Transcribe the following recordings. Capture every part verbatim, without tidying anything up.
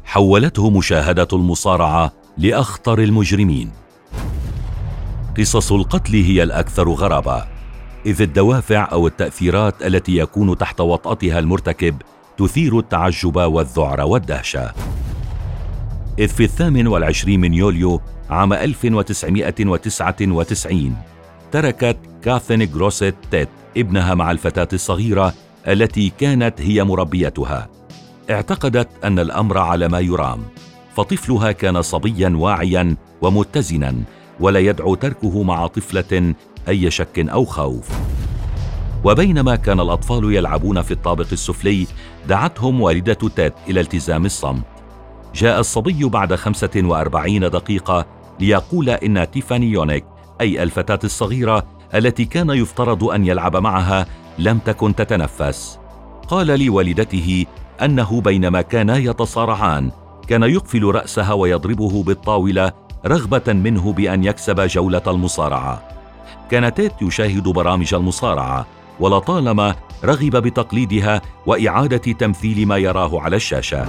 حولته مشاهدة المصارعة لأخطر المجرمين. قصص القتل هي الأكثر غرابة، إذ الدوافع أو التأثيرات التي يكون تحت وطأتها المرتكب تثير التعجب والذعر والدهشة. إذ في الثامن والعشرين من يوليو عام ألف وتسعمائة وتسعة وتسعين تركت كاثين جروسيت تيت ابنها مع الفتاة الصغيرة التي كانت هي مربيتها. اعتقدت أن الأمر على ما يرام، فطفلها كان صبياً واعياً ومتزناً، ولا يدعو تركه مع طفلة أي شك أو خوف. وبينما كان الأطفال يلعبون في الطابق السفلي دعتهم والدة تيت إلى التزام الصمت. جاء الصبي بعد خمسة وأربعين دقيقة ليقول إن تيفاني يونيك، أي الفتاة الصغيرة التي كان يفترض أن يلعب معها، لم تكن تتنفس. قال لوالدته أنه بينما كانا يتصارعان كان يقفل رأسها ويضربه بالطاولة رغبة منه بأن يكسب جولة المصارعة. كان تيت يشاهد برامج المصارعة، ولطالما رغب بتقليدها وإعادة تمثيل ما يراه على الشاشة.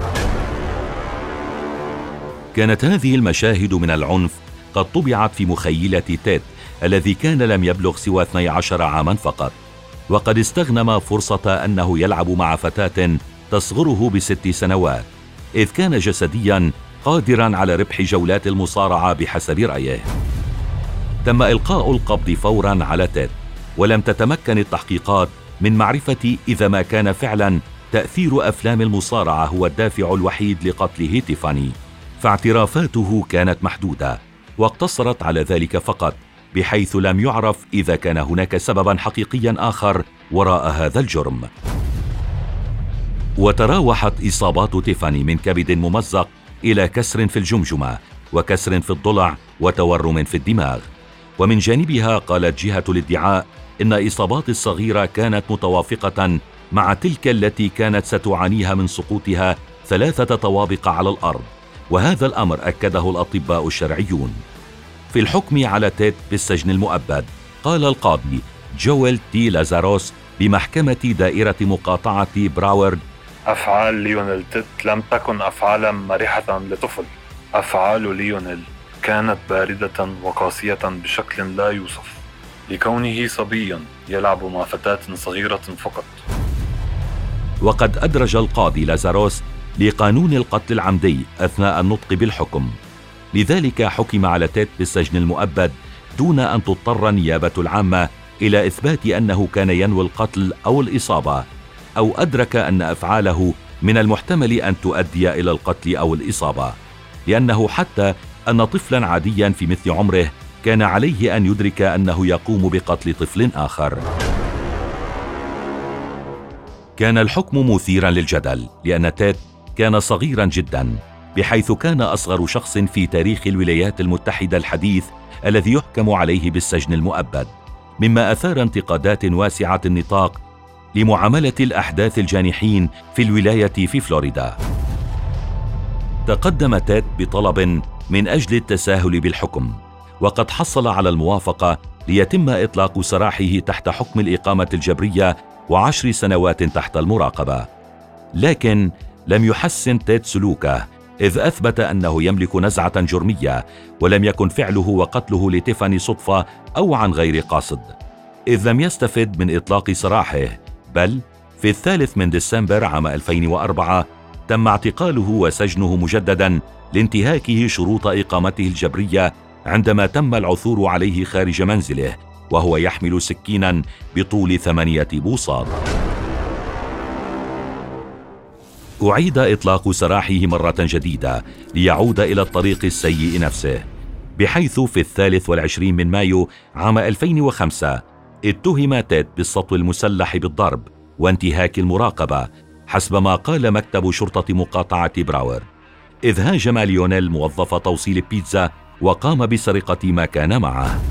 كانت هذه المشاهد من العنف قد طبعت في مخيلة تيت الذي كان لم يبلغ سوى اثني عشر عاما فقط، وقد استغنم فرصة أنه يلعب مع فتاة تصغره بست سنوات، إذ كان جسدياً قادراً على ربح جولات المصارعة بحسب رأيه. تم إلقاء القبض فوراً على تيت، ولم تتمكن التحقيقات من معرفة إذا ما كان فعلاً تأثير أفلام المصارعة هو الدافع الوحيد لقتله تيفاني، فاعترافاته كانت محدودة واقتصرت على ذلك فقط، بحيث لم يعرف إذا كان هناك سبباً حقيقياً آخر وراء هذا الجرم. وتراوحت إصابات تيفاني من كبد ممزق إلى كسر في الجمجمة وكسر في الضلع وتورم في الدماغ. ومن جانبها قالت جهة الادعاء إن إصابات الصغيرة كانت متوافقة مع تلك التي كانت ستعانيها من سقوطها ثلاثة طوابق على الأرض، وهذا الأمر أكده الأطباء الشرعيون. في الحكم على تيت بالسجن المؤبد، قال القاضي جويل تي لازاروس بمحكمة دائرة مقاطعة براورد: أفعال ليونيل تيت لم تكن أفعالا مرحة لطفل. أفعال ليونيل كانت باردة وقاسية بشكل لا يوصف، لكونه صبيا يلعب مع فتاة صغيرة فقط. وقد أدرج القاضي لازاروس لقانون القتل العمدي أثناء النطق بالحكم، لذلك حكم على تيت بالسجن المؤبد دون أن تضطر النيابة العامة إلى إثبات أنه كان ينوي القتل أو الإصابة، أو أدرك أن أفعاله من المحتمل أن تؤدي إلى القتل أو الإصابة، لأنه حتى أن طفلا عاديا في مثل عمره كان عليه أن يدرك أنه يقوم بقتل طفل آخر. كان الحكم مثيرا للجدل، لأن تيت كان صغيرا جدا، بحيث كان أصغر شخص في تاريخ الولايات المتحدة الحديث الذي يحكم عليه بالسجن المؤبد، مما أثار انتقادات واسعة النطاق لمعاملة الأحداث الجانحين في الولاية في فلوريدا. تقدم تيت بطلب من أجل التساهل بالحكم، وقد حصل على الموافقة ليتم إطلاق سراحه تحت حكم الإقامة الجبرية وعشر سنوات تحت المراقبة. لكن لم يحسن تيت سلوكه، إذ أثبت أنه يملك نزعة جرمية، ولم يكن فعله وقتله لتيفاني صدفة أو عن غير قصد، إذ لم يستفد من إطلاق سراحه، بل في الثالث من ديسمبر عام ألفين وأربعة تم اعتقاله وسجنه مجددا لانتهاكه شروط إقامته الجبرية، عندما تم العثور عليه خارج منزله وهو يحمل سكينا بطول ثمانية بوصات. أعيد إطلاق سراحه مرة جديدة ليعود إلى الطريق السيء نفسه، بحيث في الثالث والعشرين من مايو عام ألفين وخمسة اتهم تيت بالسطو المسلح بالضرب وانتهاك المراقبة، حسب ما قال مكتب شرطة مقاطعة براور، إذ هاجم ليونيل موظف توصيل بيتزا وقام بسرقة ما كان معه.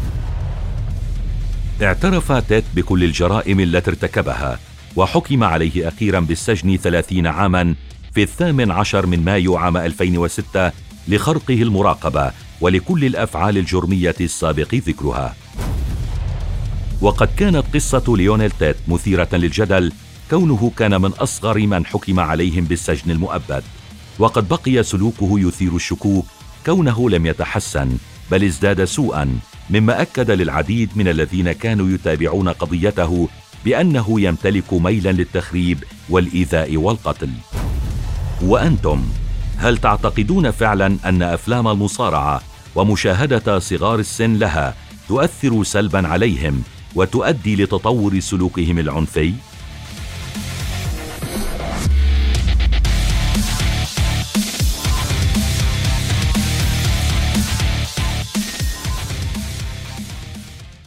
اعترف تيت بكل الجرائم التي ارتكبها، وحكم عليه أخيرا بالسجن ثلاثين عاما في الثامن عشر من مايو عام ألفين وستة لخرقه المراقبة ولكل الأفعال الجرمية السابق ذكرها. وقد كانت قصة ليونيل تيت مثيرة للجدل، كونه كان من أصغر من حكم عليهم بالسجن المؤبد، وقد بقي سلوكه يثير الشكوك كونه لم يتحسن بل ازداد سوءا، مما أكد للعديد من الذين كانوا يتابعون قضيته بأنه يمتلك ميلا للتخريب والإيذاء والقتل. وأنتم، هل تعتقدون فعلا أن أفلام المصارعة ومشاهدة صغار السن لها تؤثر سلبا عليهم وتؤدي لتطور سلوكهم العنفي؟